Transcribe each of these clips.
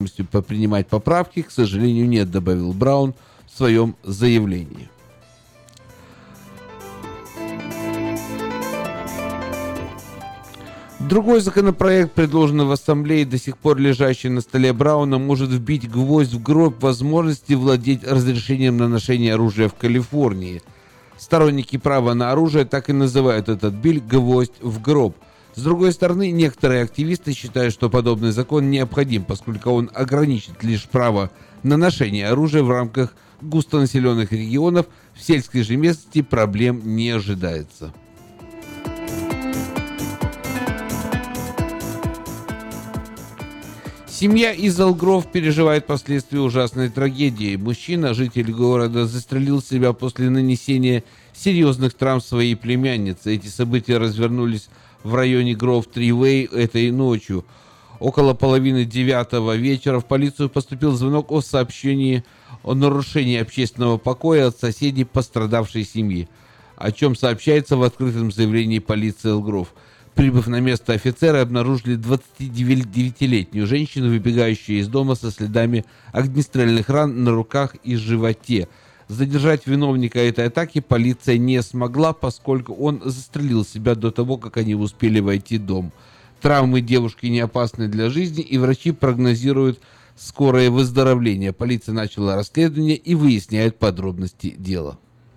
Принимать поправки, к сожалению, нет, добавил Браун в своем заявлении. Другой законопроект, предложенный в Ассамблее, до сих пор лежащий на столе Брауна, может вбить гвоздь в гроб возможности владеть разрешением на ношение оружия в Калифорнии. Сторонники права на оружие так и называют этот биль «гвоздь в гроб». С другой стороны, некоторые активисты считают, что подобный закон необходим, поскольку он ограничит лишь право на ношение оружия в рамках густонаселенных регионов. В сельской же местности проблем не ожидается. Семья из Элк-Гров переживает последствия ужасной трагедии. Мужчина, житель города, застрелил себя после нанесения серьезных травм своей племяннице. Эти события развернулись в районе Гров-Тривей этой ночью. Около 8:30 вечера в полицию поступил звонок о сообщении о нарушении общественного покоя от соседей пострадавшей семьи, о чем сообщается в открытом заявлении полиции Элк-Гров. Прибыв на место, офицеры обнаружили 29-летнюю женщину, выбегающую из дома со следами огнестрельных ран на руках и животе. Задержать виновника этой атаки полиция не смогла, поскольку он застрелил себя до того, как они успели войти в дом. Травмы девушки не опасны для жизни, и врачи прогнозируют скорое выздоровление. Полиция начала расследование и выясняет подробности дела.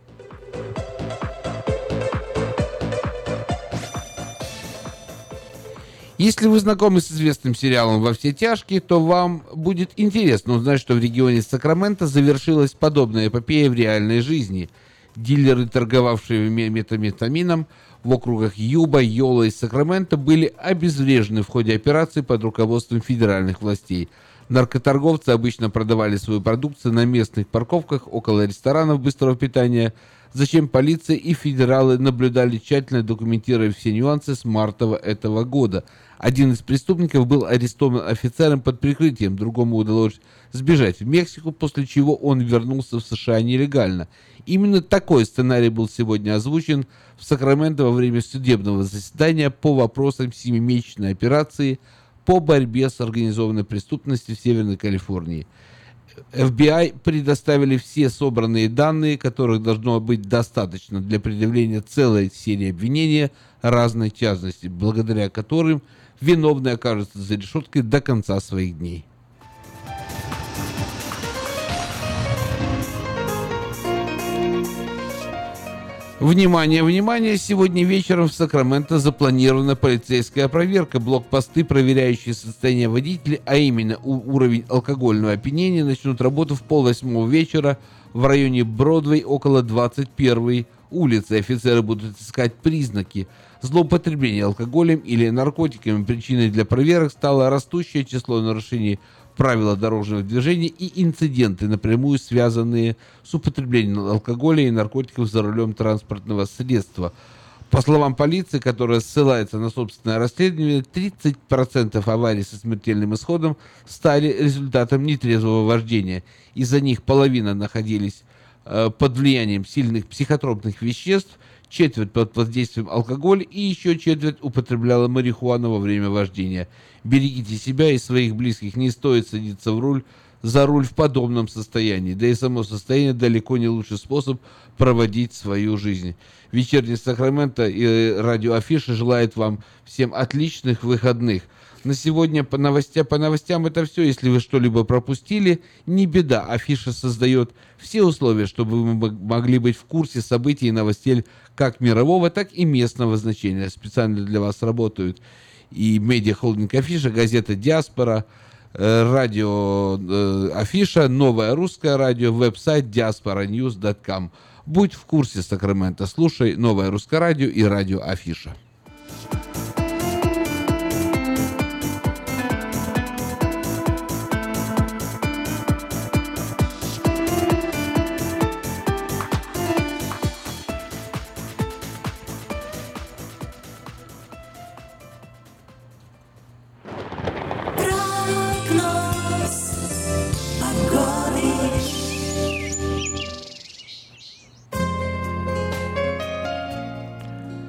Если вы знакомы с известным сериалом «Во все тяжкие», то вам будет интересно узнать, что в регионе Сакраменто завершилась подобная эпопея в реальной жизни. Дилеры, торговавшие метамфетамином в округах Юба, Йола и Сакраменто, были обезврежены в ходе операции под руководством федеральных властей. Наркоторговцы обычно продавали свою продукцию на местных парковках около ресторанов быстрого питания, зачем полиция и федералы наблюдали, тщательно документируя все нюансы с марта этого года. Один из преступников был арестован офицером под прикрытием, другому удалось сбежать в Мексику, после чего он вернулся в США нелегально. Именно такой сценарий был сегодня озвучен в Сакраменто во время судебного заседания по вопросам 7-месячной операции по борьбе с организованной преступностью в Северной Калифорнии. FBI предоставили все собранные данные, которых должно быть достаточно для предъявления целой серии обвинений разной тяжести, благодаря которым виновный окажется за решеткой до конца своих дней. Внимание, внимание! Сегодня вечером в Сакраменто запланирована полицейская проверка. Блокпосты, проверяющие состояние водителей, а именно уровень алкогольного опьянения, начнут работу в 7:30 вечера в районе Бродвей около 21-й улицы. Офицеры будут искать признаки злоупотребления алкоголем или наркотиками. Причиной для проверок стало растущее число нарушений правила дорожного движения и инциденты, напрямую связанные с употреблением алкоголя и наркотиков за рулем транспортного средства. По словам полиции, которая ссылается на собственное расследование, 30% аварий со смертельным исходом стали результатом нетрезвого вождения. Из-за них половина находились под влиянием сильных психотропных веществ, четверть под воздействием алкоголя и еще четверть употребляла марихуану во время вождения. Берегите себя и своих близких, не стоит садиться за руль в подобном состоянии, да и само состояние далеко не лучший способ проводить свою жизнь. Вечерний Сакраменто и радио Афиша желает вам всем отличных выходных. На сегодня по новостям это все. Если вы что-либо пропустили, не беда. Афиша создает все условия, чтобы вы могли быть в курсе событий и новостей как мирового, так и местного значения. Специально для вас работают и медиахолдинг Афиша, газета «Диаспора», радио Афиша, Новое Русское Радио, веб-сайт diasporanews.com. Будь в курсе Сакраменто, слушай Новое Русское Радио и радио Афиша.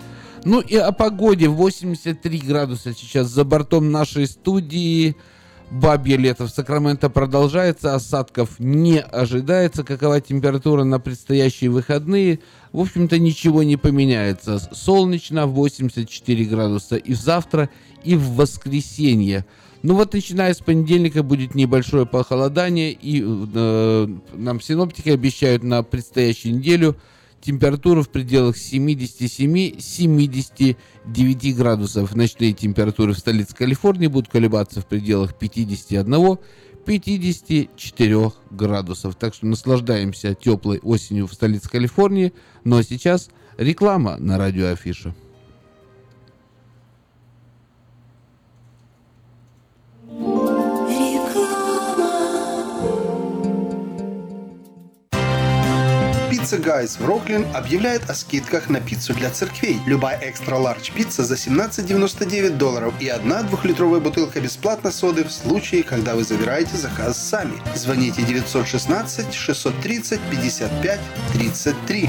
И о погоде. 83 градуса сейчас за бортом нашей студии. Бабье лето в Сакраменто продолжается, осадков не ожидается. Какова температура на предстоящие выходные? В общем-то, ничего не поменяется. Солнечно, 84 градуса и завтра, и в воскресенье. Ну вот, начиная с понедельника будет небольшое похолодание, и нам синоптики обещают на предстоящую неделю температуру в пределах 77-79 градусов. Ночные температуры в столице Калифорнии будут колебаться в пределах 51-54 градусов. Так что наслаждаемся теплой осенью в столице Калифорнии. Ну а сейчас реклама на радио Афиша. Pizza Guys в Роклин объявляет о скидках на пиццу для церквей. Любая экстра-лардж пицца за $17.99 и 1 2-литровая бутылка бесплатно соды в случае, когда вы забираете заказ сами. Звоните 916-630-55-33.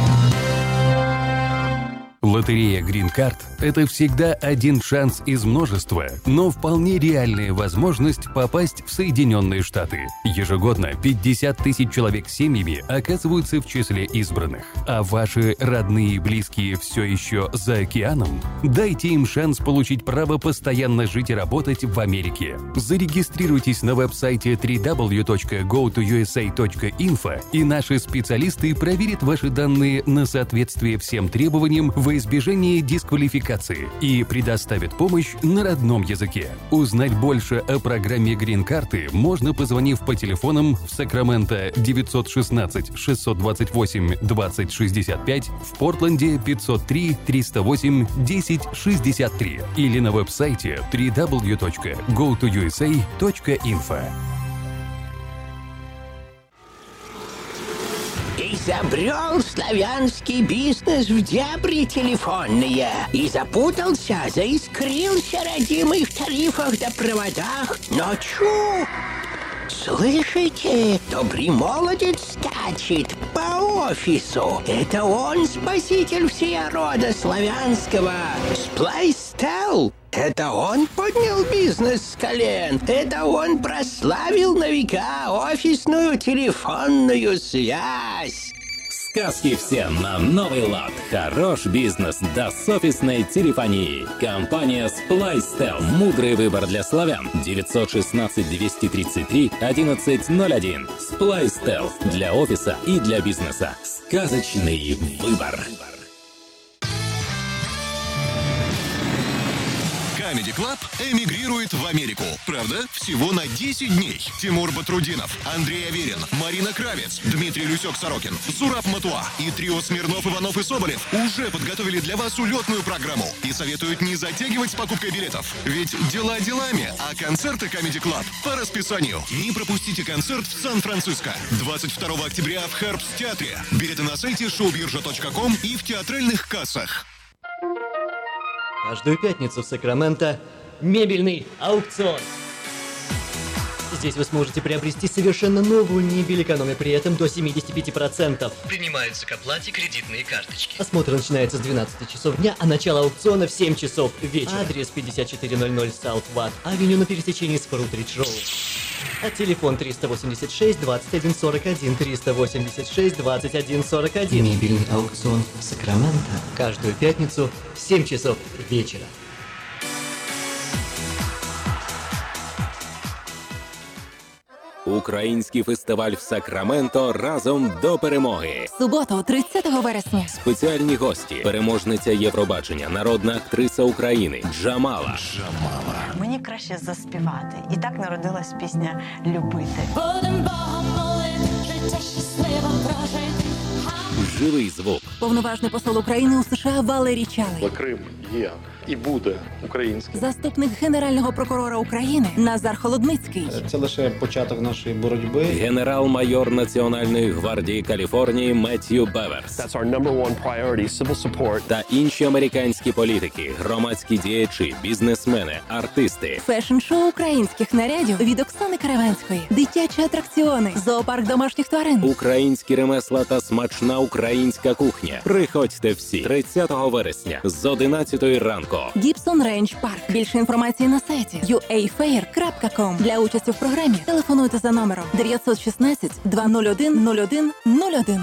Лотерея Green Card – это всегда один шанс из множества, но вполне реальная возможность попасть в Соединенные Штаты. Ежегодно 50 тысяч человек с семьями оказываются в числе избранных. А ваши родные и близкие все еще за океаном? Дайте им шанс получить право постоянно жить и работать в Америке. Зарегистрируйтесь на веб-сайте www.gotousa.info, и наши специалисты проверят ваши данные на соответствие всем требованиям во избежание дисквалификации и предоставят помощь на родном языке. Узнать больше о программе Green Card можно, позвонив по телефонам в Сакраменто 916-628-2065, в Портленде 503-308-1063 или на веб-сайте www.gotousa.info. Изобрел славянский бизнес в дебри телефонные и запутался, заискрился родимый в тарифах да проводах. Но чу! Слышите? Добрый молодец скачет по офису. Это он спаситель всея рода славянского. Сплайстел. Это он поднял бизнес с колен. Это он прославил на века офисную телефонную связь. Сказки все на новый лад. Хорош бизнес да с офисной телефонии. Компания Splystel. Мудрый выбор для славян. 916-233-1101. Splystel. Для офиса и для бизнеса. Сказочный выбор. Comedy Club эмигрирует в Америку. Правда, всего на 10 дней. Тимур Батрудинов, Андрей Аверин, Марина Кравец, Дмитрий Люсек-Сорокин, Зураб Матуа и трио Смирнов, Иванов и Соболев уже подготовили для вас улетную программу и советуют не затягивать с покупкой билетов. Ведь дела делами, а концерты Comedy Club по расписанию. Не пропустите концерт в Сан-Франциско 22 октября в Herbst театре. Билеты на сайте showbirja.com и в театральных кассах. Каждую пятницу в Сакраменто мебельный аукцион. Здесь вы сможете приобрести совершенно новую мебель, экономя при этом до 75%. Принимаются к оплате кредитные карточки. Осмотр начинается с 12 часов дня, а начало аукциона в 7 часов вечера. Адрес 5400 South Watt Авеню на пересечении с Фрутридж Роуд. А телефон 386-2141, 386-2141. Мебельный аукцион в Сакраменто. Каждую пятницу в 7 часов вечера. Український фестиваль в Сакраменто разом до перемоги. Суботу, 30 вересня. Спеціальні гості. Переможниця Євробачення, народна актриса України Джамала. Мені краще заспівати. І так народилась пісня «Любити». Живий звук. Повноважний посол України у США Валерій Чалий. Крим є і буде українським. Заступник Генерального прокурора України Назар Холодницький. Це лише початок нашої боротьби. Генерал-майор Національної гвардії Каліфорнії Меттью Беверс. That's our number one priority, civil support. Та інші американські політики, громадські діячі, бізнесмени, артисти. Фешн-шоу українських нарядів від Оксани Караванської. Дитячі атракціони. Зоопарк домашніх тварин. Українські ремесла та смачна українська кухня. Приходьте всі 30 вересня з 11 ранку Мехіко. Гібсон Рейндж Парк. Більше інформації на сайті uafair.com. Для участі в програмі телефонуйте за номером 916 201 01 01.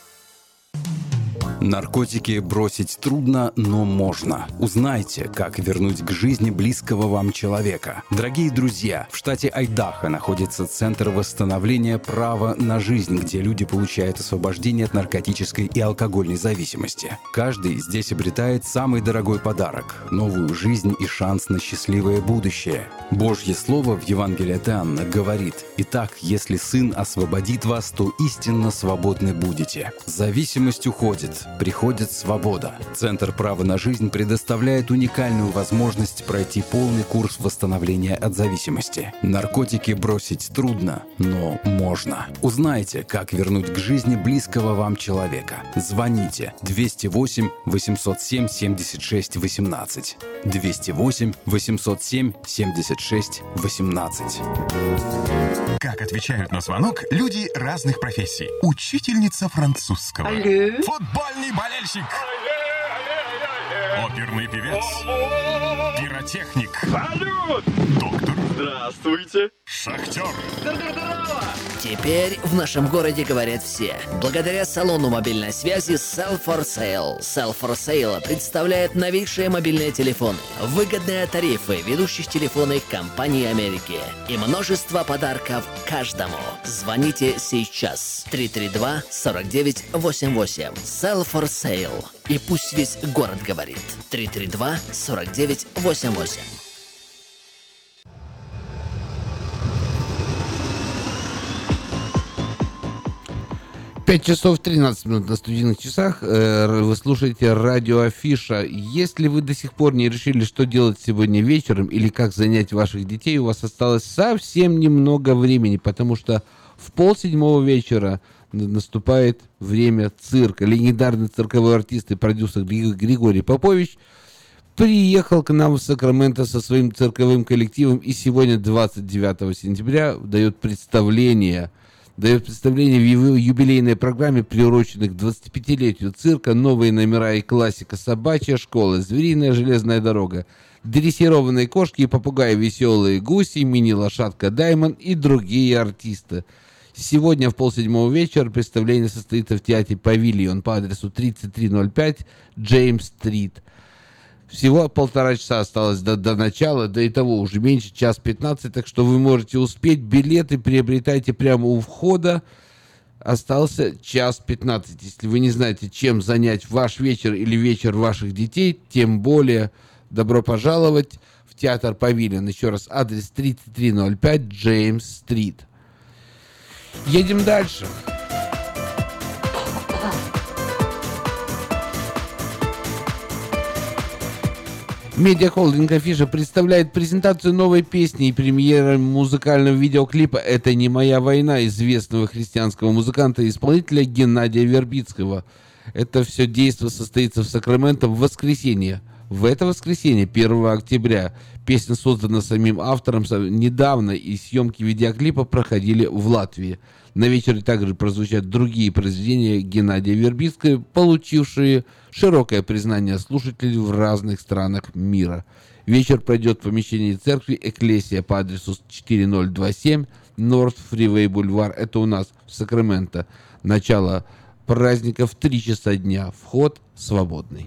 Наркотики бросить трудно, но можно. Узнайте, как вернуть к жизни близкого вам человека. Дорогие друзья, в штате Айдахо находится Центр восстановления права на жизнь, где люди получают освобождение от наркотической и алкогольной зависимости. Каждый здесь обретает самый дорогой подарок – новую жизнь и шанс на счастливое будущее. Божье Слово в Евангелии от Иоанна говорит: «Итак, если Сын освободит вас, то истинно свободны будете». Зависимость уходит. Приходит свобода. Центр права на жизнь предоставляет уникальную возможность пройти полный курс восстановления от зависимости. Наркотики бросить трудно, но можно. Узнайте, как вернуть к жизни близкого вам человека. Звоните 208 807 76 18. 208 807 76 18. Как отвечают на звонок люди разных профессий. Учительница французского. Алле. Футбольный болельщик. Оперный певец. Пиротехник. Салют! Доктор. Здравствуйте. Шахтер. Здорово! Теперь в нашем городе говорят все. Благодаря салону мобильной связи Sell for Sale. Sell for Sale представляет новейшие мобильные телефоны, выгодные тарифы ведущих телефонных компаний Америки и множество подарков каждому. Звоните сейчас. 332-4988. Sell for Sale. И пусть весь город говорит. 332-4988. 5 часов 13 минут на студийных часах. Вы слушаете радио Афиша. Если вы до сих пор не решили, что делать сегодня вечером или как занять ваших детей, у вас осталось совсем немного времени, потому что в 6:30 вечера наступает время цирка. Легендарный цирковой артист и продюсер Григорий Попович приехал к нам в Сакраменто со своим цирковым коллективом и сегодня, 29 сентября, дает представление в его юбилейной программе, приуроченной к 25-летию цирка, новые номера и классика «Собачья школа», «Звериная железная дорога», «Дрессированные кошки и попугаи», «Веселые гуси», «Мини-лошадка Даймон» и другие артисты. Сегодня в 6:30 вечера представление состоится в театре «Павильон» по адресу 3305 Джеймс-стрит. Всего 1,5 часа осталось до начала, до и того уже меньше, 1:15, так что вы можете успеть. Билеты приобретайте прямо у входа. Остался 1:15. Если вы не знаете, чем занять ваш вечер или вечер ваших детей, тем более добро пожаловать в театр «Павильон». Еще раз, адрес 3305 Джеймс-стрит. Едем дальше. Медиахолдинг Афиша представляет презентацию новой песни и премьеру музыкального видеоклипа «Это не моя война» известного христианского музыканта и исполнителя Геннадия Вербицкого. Это все действо состоится в Сакраменто в воскресенье. В это воскресенье, 1 октября, песня создана самим автором недавно, и съемки видеоклипа проходили в Латвии. На вечере также прозвучат другие произведения Геннадия Вербицкого, получившие широкое признание слушателей в разных странах мира. Вечер пройдет в помещении церкви Экклесия по адресу 4027 North Freeway Boulevard. Это у нас в Сакраменто. Начало праздника в 3 часа дня. Вход свободный.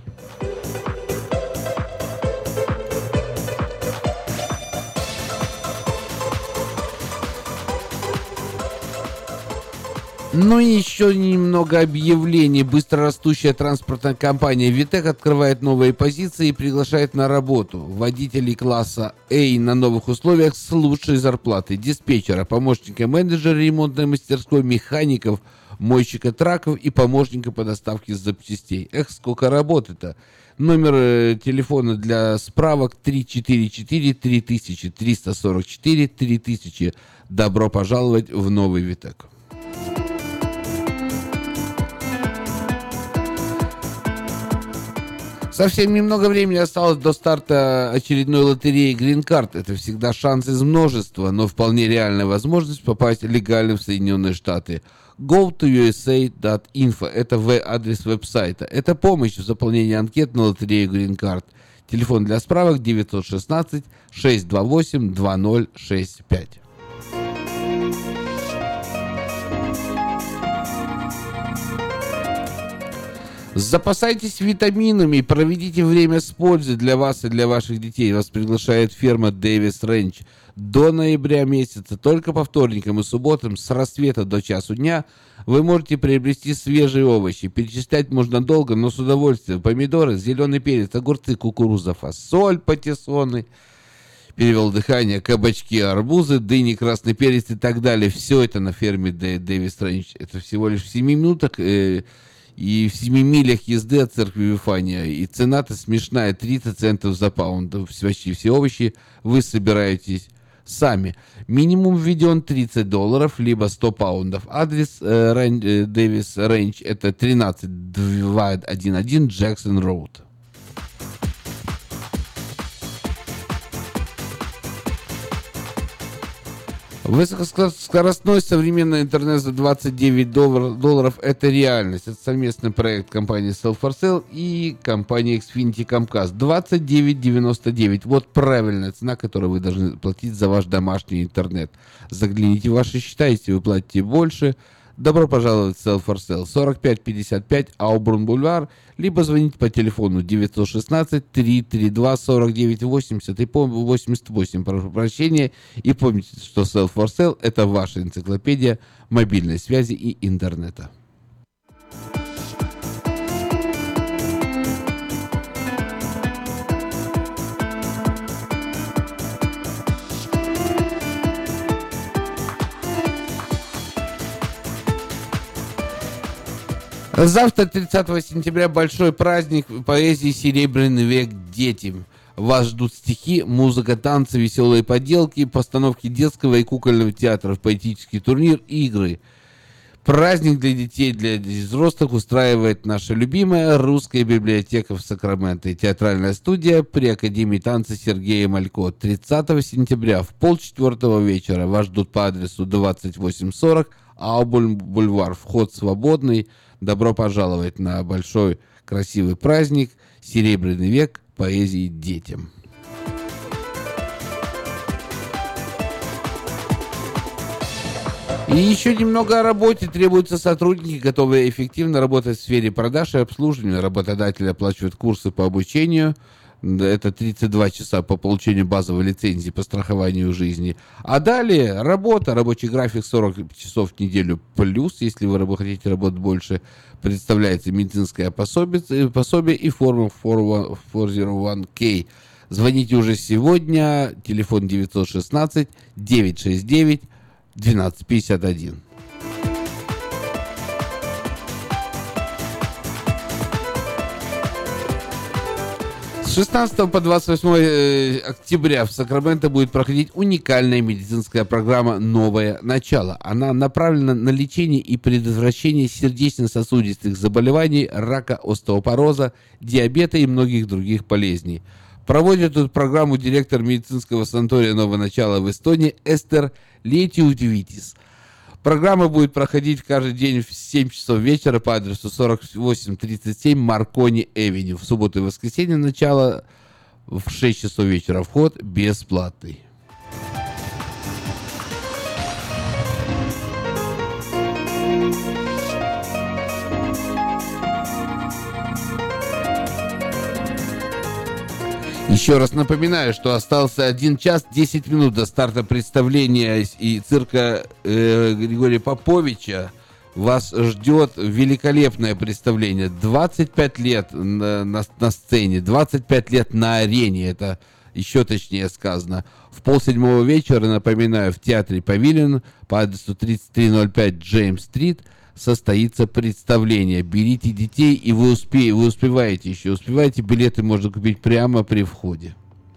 Ну и еще немного объявлений. Быстрорастущая транспортная компания «Витек» открывает новые позиции и приглашает на работу водителей класса А на новых условиях с лучшей зарплатой, диспетчера, помощника менеджера ремонтной мастерской, механиков, мойщика траков и помощника по доставке запчастей. Эх, сколько работы-то. Номер телефона для справок 344-3000, 344-3000. Добро пожаловать в новый «Витек». Совсем немного времени осталось до старта очередной лотереи Green Card. Это всегда шанс из множества, но вполне реальная возможность попасть легально в Соединенные Штаты. go2usa.info – это адрес веб-сайта. Это помощь в заполнении анкет на лотерею Green Card. Телефон для справок 916-628-2065. Запасайтесь витаминами и проведите время с пользой для вас и для ваших детей. Вас приглашает ферма Дэвис Рэнч. До ноября месяца, только по вторникам и субботам с рассвета до часу дня, вы можете приобрести свежие овощи. Перечислять можно долго, но с удовольствием. Помидоры, зеленый перец, огурцы, кукуруза, фасоль, патиссоны, перевел дыхание, кабачки, арбузы, дыни, красный перец и так далее. Все это на ферме Дэвис Рэнч. Это всего лишь в 7 минутах и в 7 милях езды от церкви Вифания. И цена-то смешная, 30 центов за паунд. Почти все овощи вы собираетесь сами. Минимум введен $30, либо 100 паундов. Адрес Дэвис Рэнч это 13211 Джексон Роуд. Высокоскоростной современный интернет за $29 это реальность. Это совместный проект компании Cell4Sale и компании Xfinity Comcast. $29.99. Вот правильная цена, которую вы должны платить за ваш домашний интернет. Загляните в ваши счета, если вы платите больше. Добро пожаловать в Cell4Sale. 4555 Аубурн Бульвар, либо звоните по телефону 916-332-4980 и 88, прошу прощения. И помните, что Cell4Sale это ваша энциклопедия мобильной связи и интернета. Завтра, 30 сентября, большой праздник поэзии «Серебряный век» детям. Вас ждут стихи, музыка, танцы, веселые поделки, постановки детского и кукольного театров, поэтический турнир, игры. Праздник для детей, для взрослых устраивает наша любимая русская библиотека в Сакраменто и театральная студия при Академии танца Сергея Малько. 30 сентября в 3:30 вечера вас ждут по адресу 2840 Аубурн Бульвар. Вход свободный. Добро пожаловать на большой красивый праздник «Серебряный век» поэзии детям. И еще немного о работе. Требуются сотрудники, готовые эффективно работать в сфере продаж и обслуживания. Работодатель оплачивает курсы по обучению. Это 32 часа по получению базовой лицензии по страхованию жизни. А далее работа, рабочий график 40 часов в неделю плюс, если вы хотите работать больше, представляется медицинское пособие и форма 401k. Звоните уже сегодня, телефон 916-969-1251. С 16 по 28 октября в Сакраменто будет проходить уникальная медицинская программа «Новое начало». Она направлена на лечение и предотвращение сердечно-сосудистых заболеваний, рака, остеопороза, диабета и многих других болезней. Проводит эту программу директор медицинского санатория «Новое начало» в Эстонии Эстер Летиутвитис. Программа будет проходить каждый день в 7 часов вечера по адресу 4837 Маркони Эвеню. В субботу и воскресенье начало в 6 часов вечера. Вход бесплатный. Еще раз напоминаю, что остался 1 час 10 минут до старта представления и цирка Григория Поповича. Вас ждет великолепное представление. 25 лет на сцене, 25 лет на арене. Это еще точнее сказано. В 6:30 вечера, напоминаю, в театре «Павильон» по адресу 3305 Джеймс-стрит состоится представление. Берите детей, и вы успеваете еще. Успеваете, билеты можно купить прямо при входе.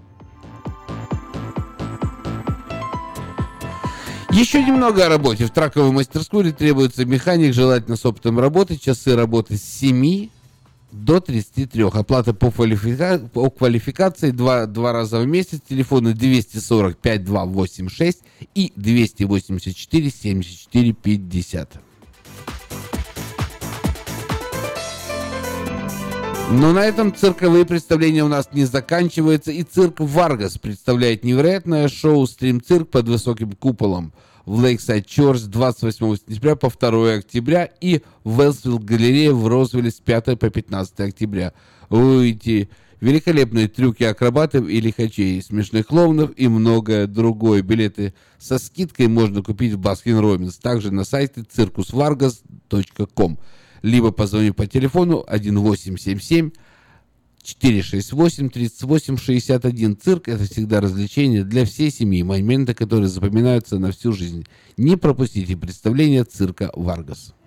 Еще немного о работе. В траковой мастерской требуется механик, желательно с опытом работы. Часы работы с 7 до 33. Оплата по квалификации 2 раза в месяц. Телефоны 240-5286 и 284-74-50. Но на этом цирковые представления у нас не заканчиваются, и цирк «Варгас» представляет невероятное шоу «Стрим-цирк» под высоким куполом в Лейксайд Чорч с 28 сентября по 2 октября и в Велсфилд-галерее в Розвилле с 5 по 15 октября. Вы увидите великолепные трюки акробатов и лихачей, смешных клоунов и многое другое. Билеты со скидкой можно купить в Баскин-Роббинс, также на сайте circusvargas.com, либо позвонить по телефону 1877 468 38 61. Цирк — это всегда развлечение для всей семьи, моменты, которые запоминаются на всю жизнь. Не пропустите представление цирка «Варгас».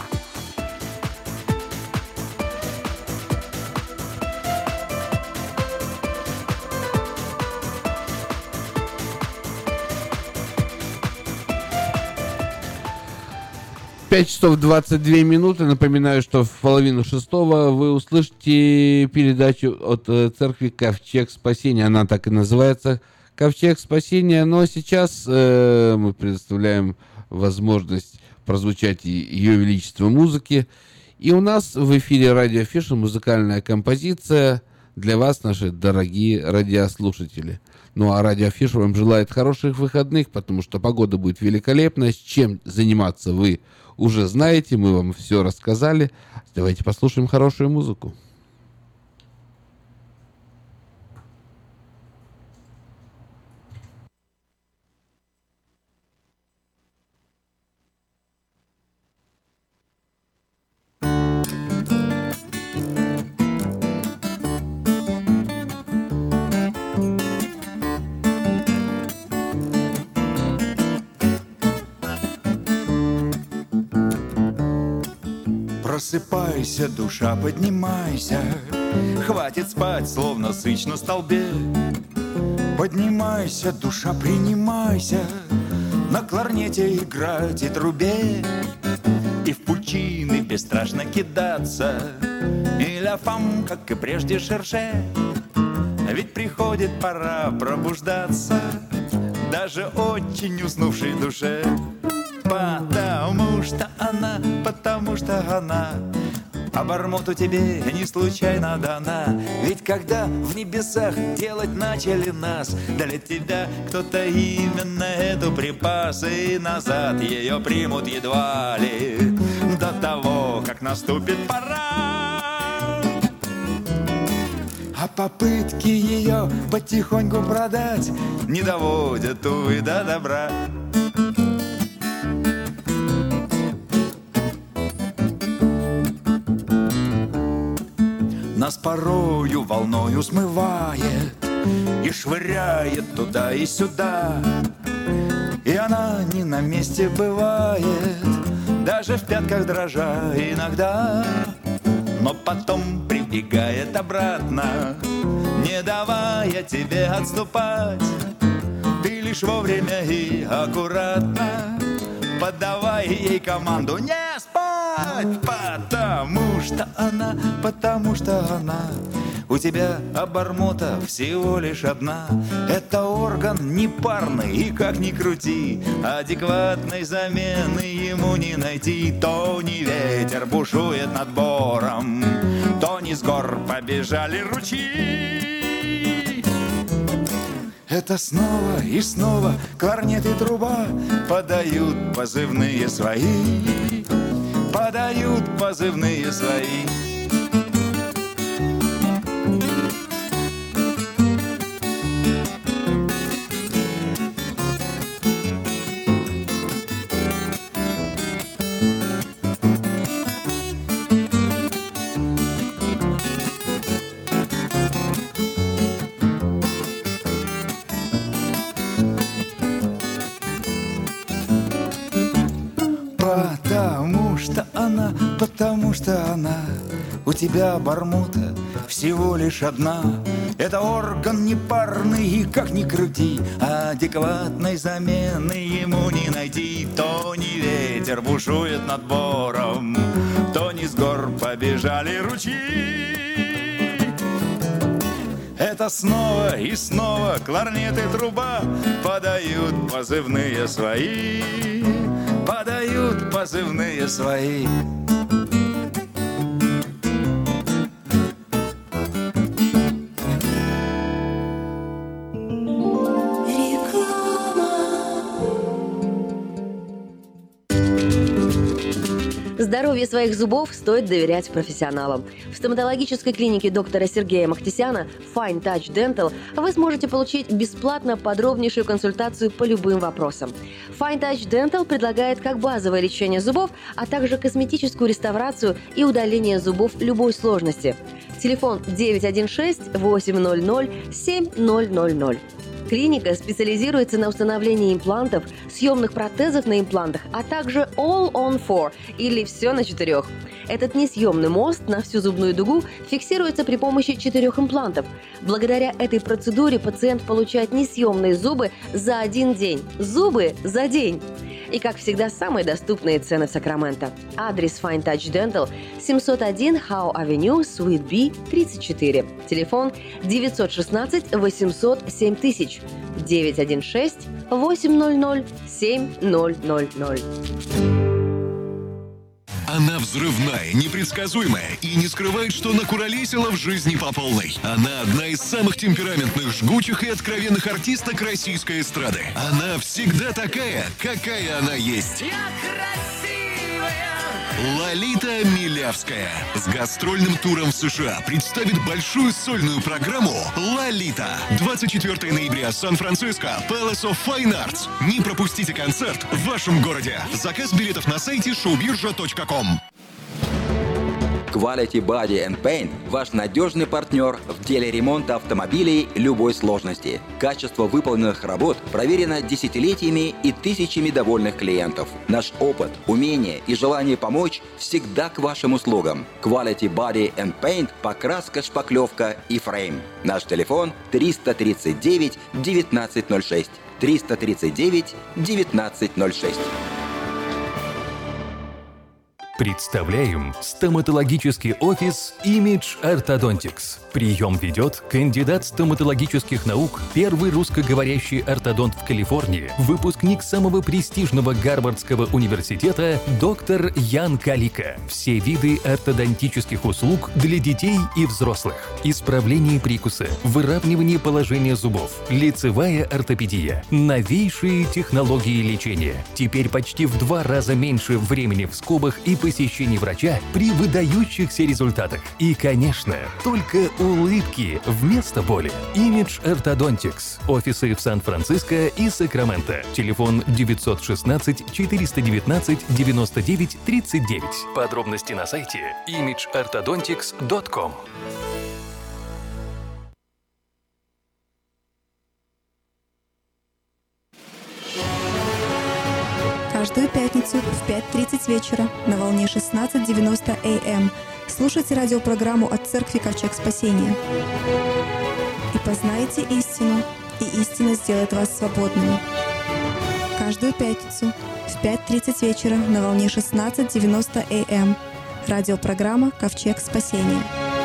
Пять часов 22 минуты. Напоминаю, что в половину шестого вы услышите передачу от церкви «Ковчег спасения». Она так и называется — «Ковчег спасения». Но сейчас мы предоставляем возможность прозвучать Ее Величество музыки. И у нас в эфире радио Фишн музыкальная композиция для вас, наши дорогие радиослушатели. Ну а радио Фишн вам желает хороших выходных, потому что погода будет великолепная. С чем заниматься вы уже знаете, мы вам все рассказали. Давайте послушаем хорошую музыку. Просыпайся, душа, поднимайся, хватит спать, словно сыч на столбе. Поднимайся, душа, принимайся, на кларнете играть и трубе. И в пучины бесстрашно кидаться, и ля фам, как и прежде, шерше. Ведь приходит пора пробуждаться даже очень уснувшей душе. Потому что она обормоту тебе не случайно дана. Ведь когда в небесах делать начали нас, для тебя кто-то именно эту припас, и назад ее примут едва ли до того, как наступит пора. А попытки ее потихоньку продать не доводят, увы, до добра. Нас порою волною смывает и швыряет туда и сюда, и она не на месте бывает, даже в пятках дрожа иногда. Но потом прибегает обратно, не давая тебе отступать. Ты лишь вовремя и аккуратно подавай ей команду не спать. Потому что она у тебя обормота всего лишь одна. Это орган непарный, и как ни крути, адекватной замены ему не найти. То не ветер бушует над бором, то не с гор побежали ручьи. Это снова и снова кларнет и труба подают позывные свои, подают позывные свои. Потому что она у тебя обормота всего лишь одна. Это орган непарный, и как ни крути, адекватной замены ему не найти. То не ветер бушует над бором, то не с гор побежали ручьи. Это снова и снова кларнет и труба подают позывные свои, подают позывные свои. Здоровье своих зубов стоит доверять профессионалам. В стоматологической клинике доктора Сергея Махтисяна Fine Touch Dental вы сможете получить бесплатно подробнейшую консультацию по любым вопросам. Fine Touch Dental предлагает как базовое лечение зубов, а также косметическую реставрацию и удаление зубов любой сложности. Телефон 916-800-7000. Клиника специализируется на установлении имплантов, съемных протезов на имплантах, а также All on 4 или «Все на 4». Этот несъемный мост на всю зубную дугу фиксируется при помощи 4 имплантов. Благодаря этой процедуре пациент получает несъемные зубы за 1 день. Зубы за день! И, как всегда, самые доступные цены в Сакраменто. Адрес Fine Touch Dental 701 Howe Avenue, Suite B, 34. Телефон 916-800-7000. 916-800-7000. Она взрывная, непредсказуемая и не скрывает, что накуролесила в жизни по полной. Она одна из самых темпераментных, жгучих и откровенных артисток российской эстрады. Она всегда такая, какая она есть. Я красивая! Лолита Милявская с гастрольным туром в США представит большую сольную программу «Лолита». 24 ноября, Сан-Франциско, Palace of Fine Arts. Не пропустите концерт в вашем городе. Заказ билетов на сайте showbirja.com. Quality Body and Paint – ваш надежный партнер в деле ремонта автомобилей любой сложности. Качество выполненных работ проверено десятилетиями и тысячами довольных клиентов. Наш опыт, умение и желание помочь всегда к вашим услугам. Quality Body and Paint – покраска, шпаклевка и фрейм. Наш телефон 339 1906. 339 1906. Представляем стоматологический офис Image Orthodontics. Прием ведет кандидат стоматологических наук, первый русскоговорящий ортодонт в Калифорнии, выпускник самого престижного Гарвардского университета доктор Ян Калика. Все виды ортодонтических услуг для детей и взрослых. Исправление прикуса, выравнивание положения зубов, лицевая ортопедия, новейшие технологии лечения. Теперь почти в 2 раза меньше времени в скобах и посещений врача при выдающихся результатах. И, конечно, только улыбки вместо боли. Image Orthodontics. Офисы в Сан-Франциско и Сакраменто. Телефон 916-419-99-39. Подробности на сайте imageorthodontics.com. Каждую пятницу в 5:30 вечера на волне 16:90 АМ слушайте радиопрограмму от Церкви Ковчег Спасения. И познайте истину, и истина сделает вас свободными. Каждую пятницу в 5:30 вечера на волне 16:90 АМ радиопрограмма Ковчег Спасения.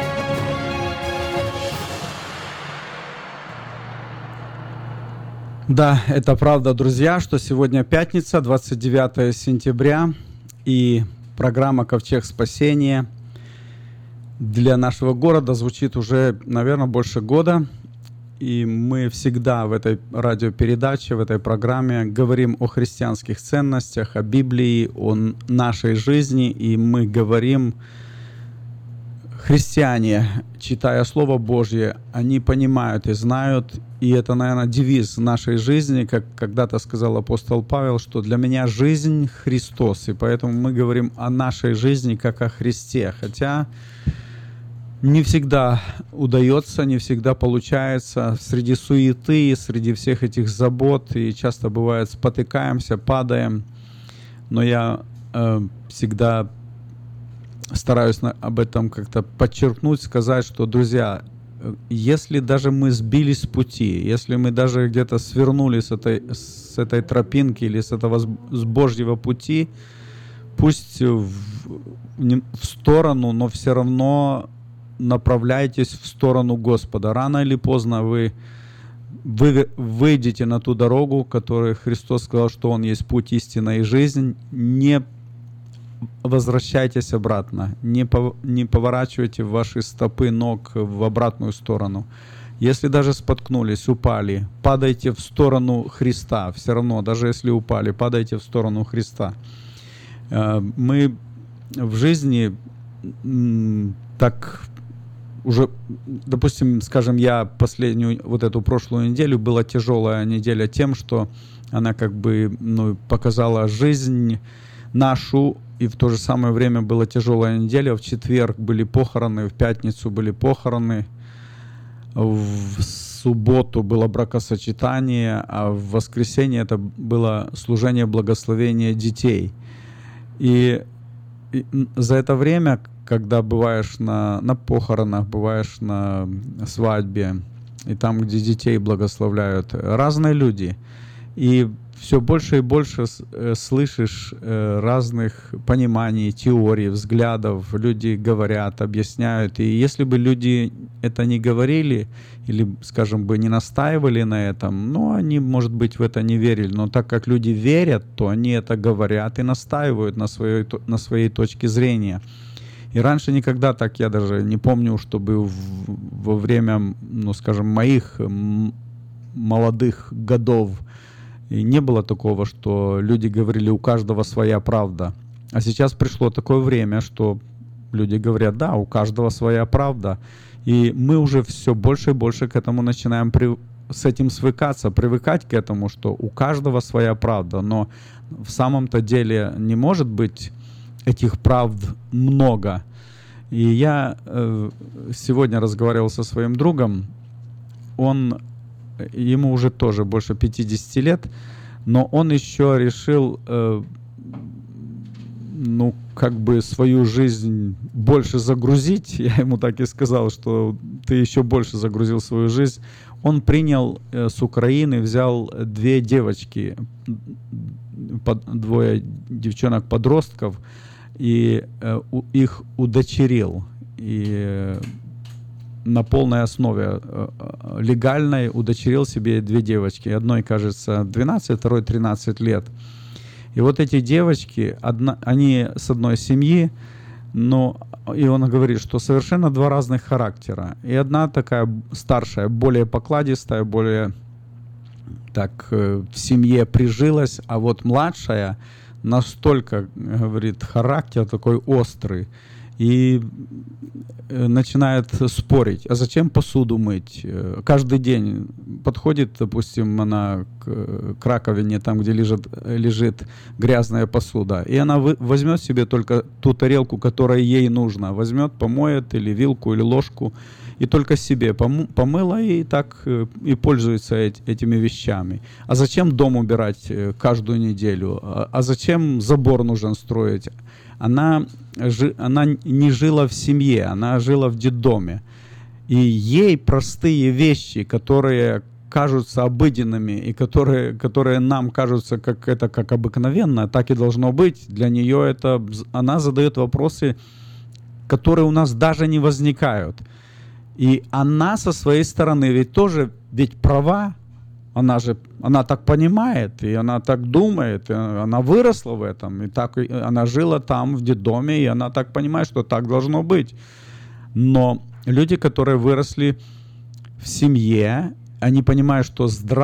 Да, это правда, друзья, что сегодня пятница, 29 сентября, и программа «Ковчег спасения» для нашего города звучит уже, наверное, больше года. И мы всегда в этой радиопередаче, в этой программе говорим о христианских ценностях, о Библии, о нашей жизни, и мы говорим... Христиане, читая Слово Божье, они понимают и знают, и это, наверное, девиз нашей жизни, как когда-то сказал апостол Павел, что для меня жизнь — Христос, и поэтому мы говорим о нашей жизни как о Христе, хотя не всегда удается, не всегда получается среди суеты, среди всех этих забот, и часто бывает спотыкаемся, падаем, но я всегда стараюсь об этом как-то подчеркнуть, сказать, что, друзья, если даже мы сбились с пути, если мы даже где-то свернули с этой тропинки или с Божьего пути, пусть в сторону, но все равно направляйтесь в сторону Господа. Рано или поздно вы выйдете на ту дорогу, которую Христос сказал, что Он есть путь, истина и жизнь. Не возвращайтесь обратно, не поворачивайте ваши стопы ног в обратную сторону. Если даже споткнулись, упали, падайте в сторону Христа. Все равно, даже если упали, падайте в сторону Христа. Мы в жизни так уже, допустим, скажем, я последнюю, вот эту прошлую неделю, была тяжелая неделя тем, что она как бы показала жизнь нашу, и в то же самое время была тяжелая неделя. В четверг были похороны, в пятницу были похороны, в субботу было бракосочетание, а в воскресенье это было служение благословения детей. И за это время, когда бываешь на похоронах, бываешь на свадьбе, и там, где детей благословляют, разные люди, и все больше и больше слышишь разных пониманий, теорий, взглядов. Люди говорят, объясняют. И если бы люди это не говорили или, скажем, бы не настаивали на этом, они, может быть, в это не верили. Но так как люди верят, то они это говорят и настаивают на своей точке зрения. И раньше никогда так, я даже не помню, чтобы во время, скажем, моих молодых годов и не было такого, что люди говорили, у каждого своя правда. А сейчас пришло такое время, что люди говорят, да, у каждого своя правда. И мы уже все больше и больше к этому начинаем с этим свыкаться, привыкать к этому, что у каждого своя правда. Но в самом-то деле не может быть этих правд много. И я сегодня разговаривал со своим другом, ему уже тоже больше 50 лет, но он еще решил, как бы свою жизнь больше загрузить. Я ему так и сказал, что ты еще больше загрузил свою жизнь. Он принял с Украины, взял 2 девочки, 2 девчонок-подростков, и их удочерил. И на полной основе легальной удочерил себе 2 девочки. Одной, кажется, 12, второй 13 лет. И вот эти девочки, они с одной семьи, и он говорит, что совершенно 2 разных характера. И одна такая старшая, более покладистая, более так в семье прижилась, а вот младшая настолько, говорит, характер такой острый, и начинает спорить, а зачем посуду мыть? Каждый день подходит, допустим, она к раковине, там, где лежит грязная посуда, и она возьмет себе только ту тарелку, которая ей нужна, возьмет, помоет, или вилку, или ложку, и только себе помыла, и так и пользуется этими вещами. А зачем дом убирать каждую неделю? А зачем забор нужен строить? Она не жила в семье, она жила в детдоме. И ей простые вещи, которые кажутся обыденными и которые нам кажутся как обыкновенно, так и должно быть. Для нее она задает вопросы, которые у нас даже не возникают. И она со своей стороны ведь права, она так понимает, и она так думает, и она выросла в этом, и так она жила там, в детдоме, и она так понимает, что так должно быть. Но люди, которые выросли в семье, они понимают, что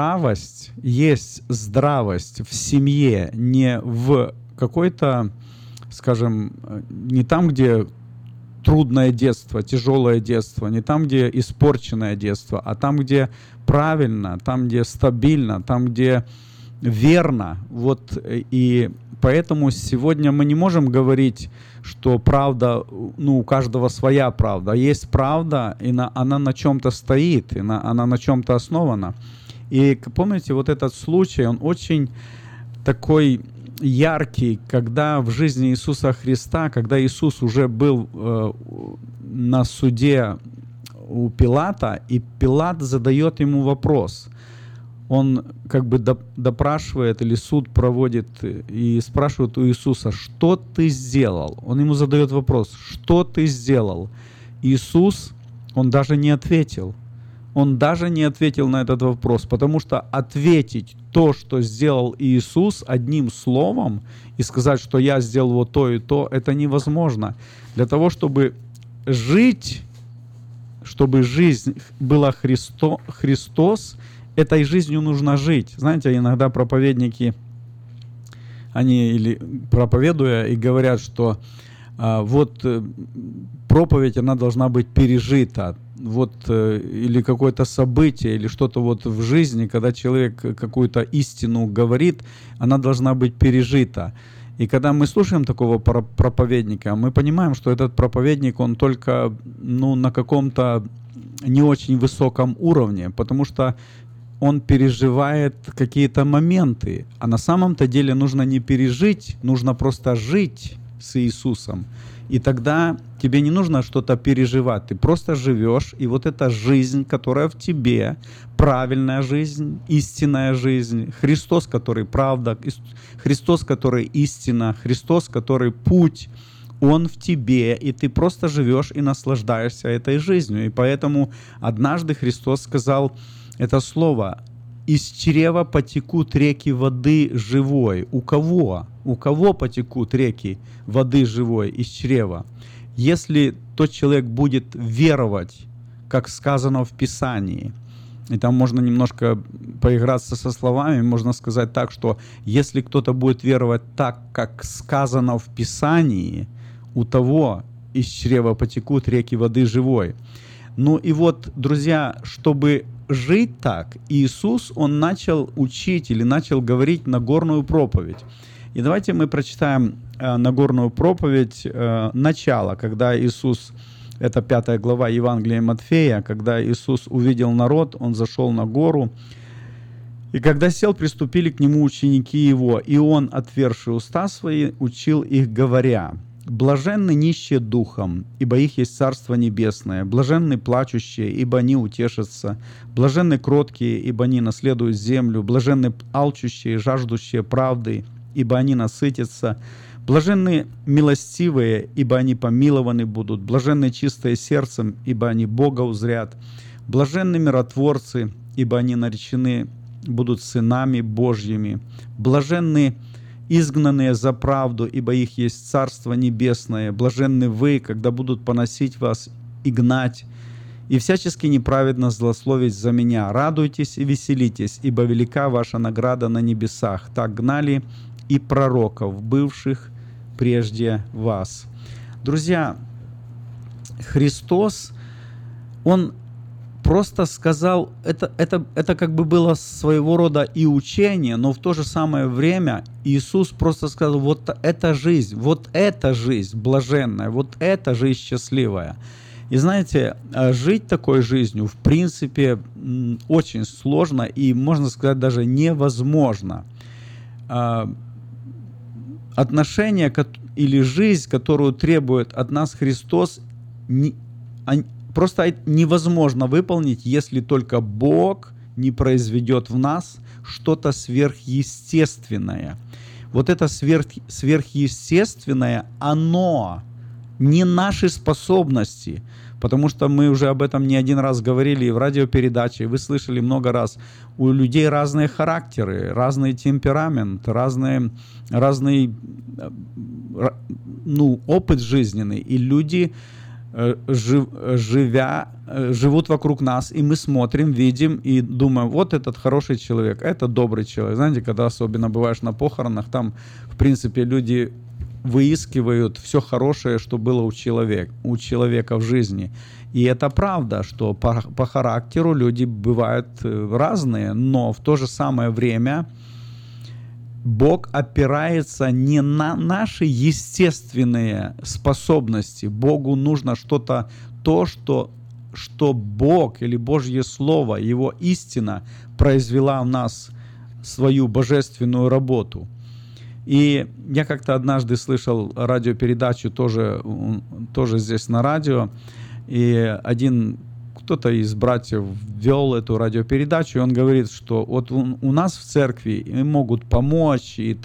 есть здравость в семье, не в какой-то, скажем, не там, где трудное детство, тяжелое детство, не там, где испорченное детство, а там, где правильно, там, где стабильно, там, где верно. Вот, и поэтому сегодня мы не можем говорить, что правда, у каждого своя правда. Есть правда, и она на чем-то стоит, и она на чем-то основана. И помните, вот этот случай, он очень такой яркий, когда в жизни Иисуса Христа, когда Иисус уже был на суде у Пилата, и Пилат задает ему вопрос. Он как бы допрашивает, или суд проводит, и спрашивает у Иисуса, что ты сделал? Он ему задает вопрос, что ты сделал? Иисус, он даже не ответил. Он даже не ответил на этот вопрос, потому что ответить то, что сделал Иисус, одним словом и сказать, что я сделал вот то и то, это невозможно. Для того, чтобы жизнь была Христос, этой жизнью нужно жить. Знаете, иногда проповедники, они или проповедуя и говорят, что проповедь, она должна быть пережита. Или какое-то событие, или что-то в жизни, когда человек какую-то истину говорит, она должна быть пережита. И когда мы слушаем такого проповедника, мы понимаем, что этот проповедник, он только на каком-то не очень высоком уровне, потому что он переживает какие-то моменты. А на самом-то деле нужно не пережить, нужно просто жить с Иисусом. И тогда тебе не нужно что-то переживать, ты просто живешь, и эта жизнь, которая в тебе, правильная жизнь, истинная жизнь, Христос, который правда, Христос, который истина, Христос, который путь, Он в тебе, и ты просто живешь и наслаждаешься этой жизнью. И поэтому однажды Христос сказал это слово: «Из чрева потекут реки воды живой». У кого? У кого потекут реки воды живой из чрева? Если тот человек будет веровать, как сказано в Писании, и там можно немножко поиграться со словами, можно сказать так, что если кто-то будет веровать так, как сказано в Писании, у того из чрева потекут реки воды живой. Друзья, чтобы жить так, Иисус, Он начал учить или начал говорить Нагорную проповедь. И давайте мы прочитаем Нагорную проповедь, начало, когда Иисус, это 5 глава Евангелия Матфея, когда Иисус увидел народ, Он зашел на гору, и когда сел, приступили к Нему ученики Его, и Он, отверши уста свои, учил их, говоря: «Блаженны нищие духом, ибо их есть Царство Небесное. Блаженны плачущие, ибо они утешатся. Блаженны кроткие, ибо они наследуют землю. Блаженны алчущие, жаждущие правды, ибо они насытятся. Блаженны милостивые, ибо они помилованы будут. Блаженны чистые сердцем, ибо они Бога узрят. Блаженны миротворцы, ибо они наречены будут сынами Божьими. Блаженны изгнанные за правду, ибо их есть Царство Небесное. Блаженны вы, когда будут поносить вас и гнать, и всячески неправедно злословить за меня. Радуйтесь и веселитесь, ибо велика ваша награда на небесах. Так гнали и пророков, бывших прежде вас». Друзья, Христос, Он просто сказал, это как бы было своего рода и учение, но в то же самое время Иисус просто сказал: эта жизнь блаженная, эта жизнь счастливая. И знаете, жить такой жизнью, в принципе, очень сложно и, можно сказать, даже невозможно. Отношения или жизнь, которую требует от нас Христос, просто невозможно выполнить, если только Бог не произведет в нас что-то сверхъестественное. Это сверхъестественное, оно не наши способности, потому что мы уже об этом не один раз говорили и в радиопередаче, и вы слышали много раз. У людей разные характеры, разный темперамент, разный опыт жизненный, и люди, живут вокруг нас, и мы смотрим, видим и думаем: этот хороший человек, это добрый человек. Знаете, когда особенно бываешь на похоронах, там, в принципе, люди выискивают все хорошее, что было у человека в жизни. И это правда, что по характеру люди бывают разные, но в то же самое время Бог опирается не на наши естественные способности. Богу нужно что-то, что Бог или Божье Слово, Его истина произвела в нас свою божественную работу. И я как-то однажды слышал радиопередачу тоже здесь на радио, и кто-то из братьев вел эту радиопередачу, и он говорит, что у нас в церкви им могут помочь, и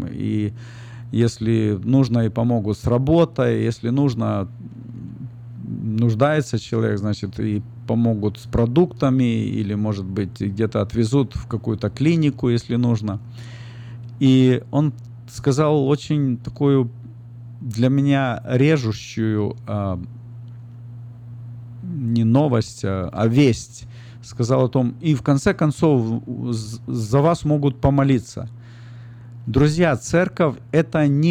если нужно, и помогут с работой, если нуждается человек, значит, и помогут с продуктами, или, может быть, где-то отвезут в какую-то клинику, если нужно. И он сказал очень такую для меня режущую не новость, а весть. Сказал о том, и в конце концов за вас могут помолиться. Друзья, церковь — это не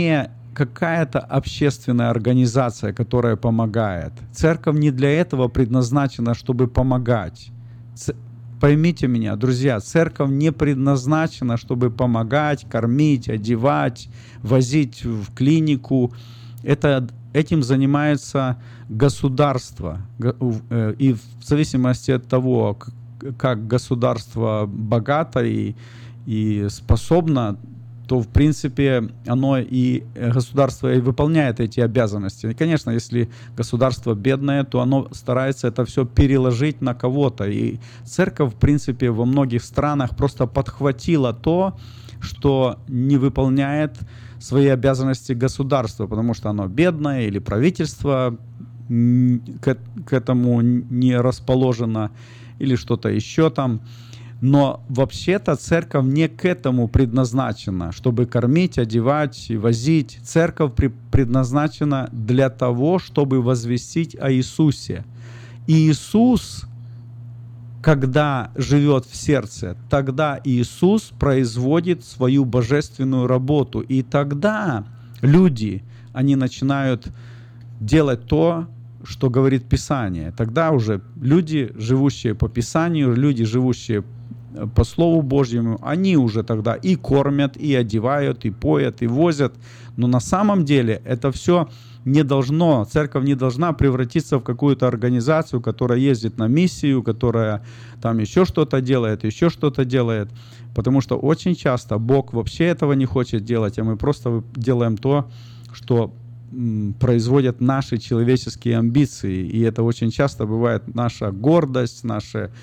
какая-то общественная организация, которая помогает. Церковь не для этого предназначена, чтобы помогать. Поймите меня, друзья, церковь не предназначена, чтобы помогать, кормить, одевать, возить в клинику. Этим занимается государство. И в зависимости от того, как государство богато и способно, то, в принципе, оно и государство и выполняет эти обязанности. И, конечно, если государство бедное, то оно старается это все переложить на кого-то. И церковь, в принципе, во многих странах просто подхватила то, что не выполняет свои обязанности государства, потому что оно бедное или правительство к этому не расположено, или что-то еще там. Но вообще-то церковь не к этому предназначена, чтобы кормить, одевать и возить. Церковь предназначена для того, чтобы возвестить о Иисусе. И Иисус, когда живет в сердце, тогда Иисус производит свою божественную работу. И тогда люди, они начинают делать то, что говорит Писание. Тогда уже люди, живущие по Писанию, люди, живущие по Слову Божьему, они уже тогда и кормят, и одевают, и поят, и возят. Но на самом деле это все не должно, церковь не должна превратиться в какую-то организацию, которая ездит на миссию, которая там еще что-то делает. Потому что очень часто Бог вообще этого не хочет делать, а мы просто делаем то, что производят наши человеческие амбиции. И это очень часто бывает наша гордость, наше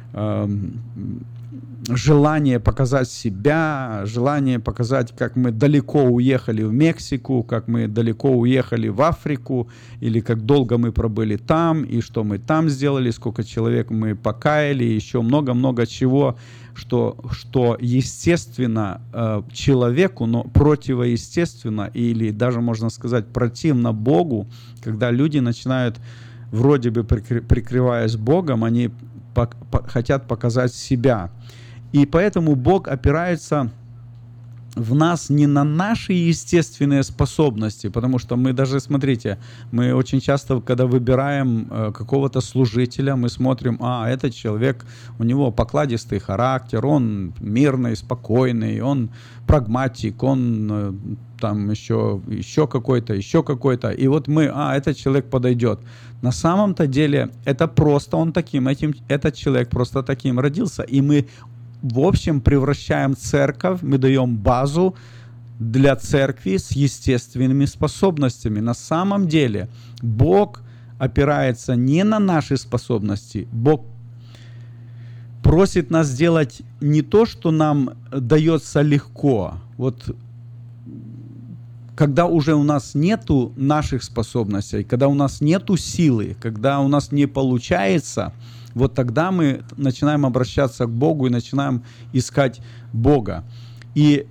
желание показать себя, желание показать, как мы далеко уехали в Мексику, как мы далеко уехали в Африку, или как долго мы пробыли там, и что мы там сделали, сколько человек мы покаяли, еще много-много чего, что естественно человеку, но противоестественно, или даже, можно сказать, противно Богу, когда люди начинают, вроде бы прикрываясь Богом, они хотят показать себя. И поэтому Бог опирается в нас не на наши естественные способности, потому что мы даже, смотрите, мы очень часто, когда выбираем какого-то служителя, мы смотрим, этот человек, у него покладистый характер, он мирный, спокойный, он прагматик, он там еще какой-то. И вот мы, этот человек подойдет. На самом-то деле это просто он таким, этот человек просто таким родился, и мы в общем превращаем церковь, мы даем базу для церкви с естественными способностями. На самом деле Бог опирается не на наши способности. Бог просит нас сделать не то, что нам дается легко. Вот когда уже у нас нету наших способностей, когда у нас нету силы, когда у нас не получается, вот тогда мы начинаем обращаться к Богу и начинаем искать Бога. И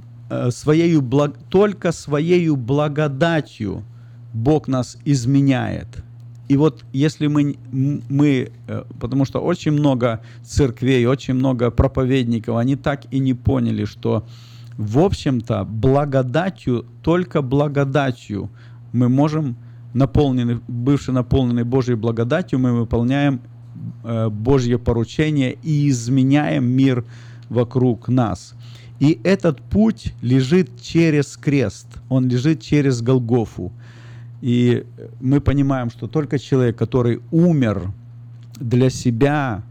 только своею благодатью Бог нас изменяет. И вот если мы, потому что очень много церквей, очень много проповедников, они так и не поняли, что в общем-то благодатью, только благодатью мы можем, бывши наполнены Божьей благодатью, мы выполняем Божье поручение и изменяем мир вокруг нас. И этот путь лежит через крест, он лежит через Голгофу. И мы понимаем, что только человек, который умер для себя,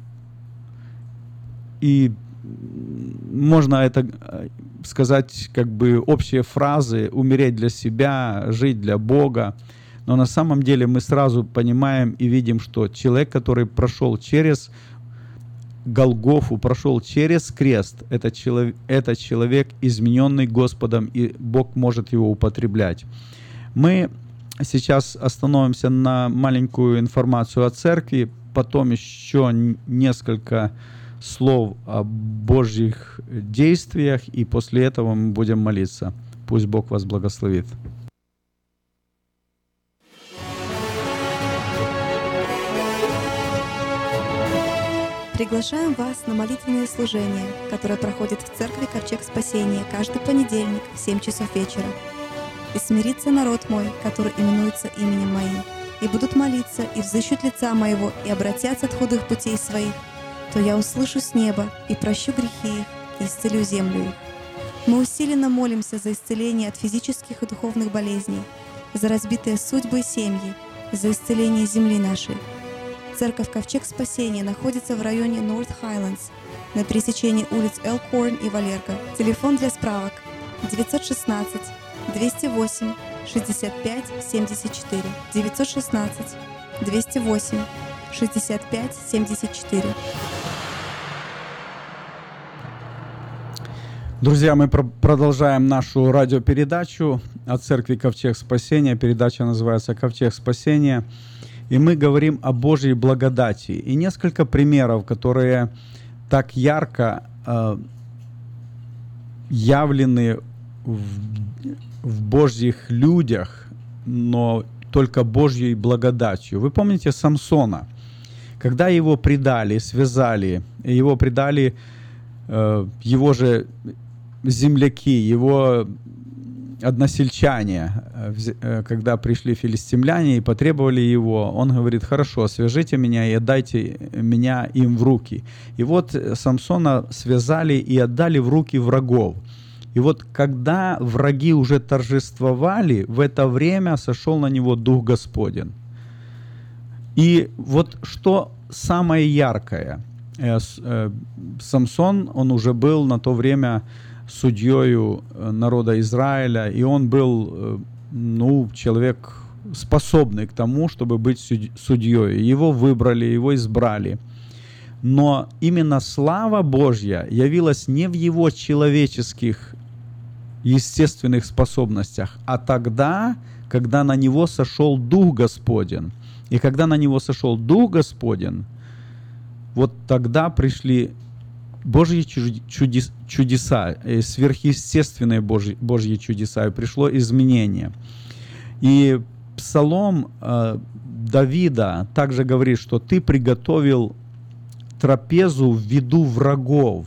и можно это сказать как бы общие фразы, умереть для себя, жить для Бога, но на самом деле мы сразу понимаем и видим, что человек, который прошел через Голгофу, прошел через крест, это человек, измененный Господом, и Бог может его употреблять. Мы сейчас остановимся на маленькую информацию о церкви, потом еще несколько слов о Божьих действиях, и после этого мы будем молиться. Пусть Бог вас благословит. Приглашаем вас на молитвенное служение, которое проходит в церкви Ковчег Спасения каждый понедельник в 7 часов вечера. и смирится народ мой, который именуется именем моим, и будут молиться, и взыщут лица моего, и обратятся от худых путей своих, то я услышу с неба и прощу грехи их, и исцелю землю их. Мы усиленно молимся за исцеление от физических и духовных болезней, за разбитые судьбы и семьи, за исцеление земли нашей. Церковь Ковчег Спасения находится в районе North Highlands, на пересечении улиц Элкорн и Валерго. Телефон для справок 916 208 65 74. 916 208 65 74. Друзья, мы продолжаем нашу радиопередачу от Церкви Ковчег Спасения. Передача называется «Ковчег Спасения». И мы говорим о Божьей благодати. И несколько примеров, которые так ярко явлены в Божьих людях, но только Божьей благодатью. Вы помните Самсона? Когда его предали, связали, его предали его же земляки, его односельчане, когда пришли филистимляне и потребовали его, он говорит: хорошо, свяжите меня и отдайте меня им в руки. И вот Самсона связали и отдали в руки врагов. И вот когда враги уже торжествовали, в это время сошел на него Дух Господень. И вот что самое яркое. Самсон, он уже был на то время судьёю народа Израиля, и он был, человек способный к тому, чтобы быть судьёй. Его выбрали, его избрали. Но именно слава Божья явилась не в его человеческих, естественных способностях, а тогда, когда на него сошел Дух Господень. И когда на него сошел Дух Господень, вот тогда пришли Божьи чудеса, сверхъестественные Божьи чудеса, и пришло изменение. И Псалом Давида также говорит, что «Ты приготовил трапезу в виду врагов».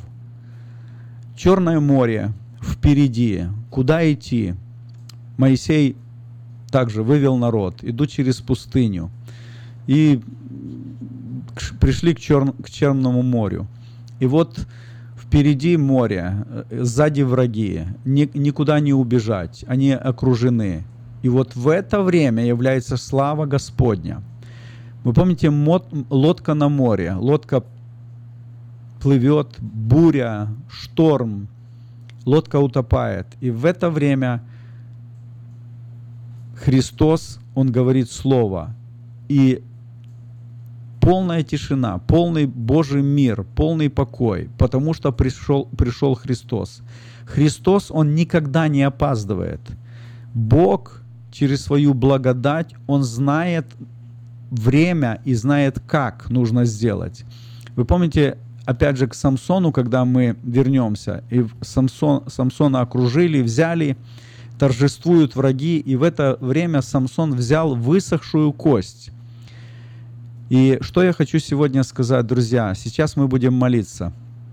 Черное море впереди. Куда идти? Моисей также вывел народ, идут через пустыню. И пришли к Черному морю. И вот впереди море, сзади враги, никуда не убежать, они окружены. И вот в это время является слава Господня. Вы помните, лодка на море, лодка плывет, буря, шторм, лодка утопает. И в это время Христос, Он говорит Слово. И полная тишина, полный Божий мир, полный покой, потому что пришел Христос. Христос, Он никогда не опаздывает. Бог через свою благодать, Он знает время и знает, как нужно сделать. Вы помните, опять же, к Самсону, когда мы вернемся, и Самсона окружили, взяли, торжествуют враги, и в это время Самсон взял высохшую кость. И что я хочу сегодня сказать, друзья, сейчас мы будем молиться.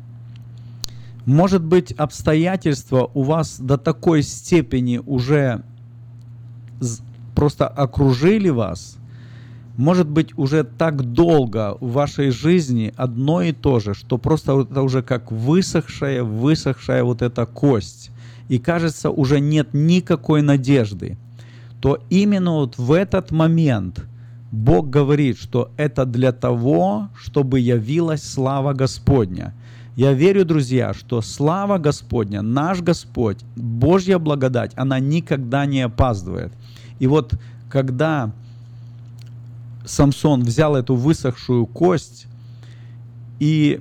Может быть, обстоятельства у вас до такой степени уже просто окружили вас, может быть, уже так долго в вашей жизни одно и то же, что просто это уже как высохшая вот эта кость, и кажется, уже нет никакой надежды, то именно вот в этот момент Бог говорит, что это для того, чтобы явилась слава Господня. Я верю, друзья, что слава Господня, наш Господь, Божья благодать, она никогда не опаздывает. И вот когда Самсон взял эту высохшую кость и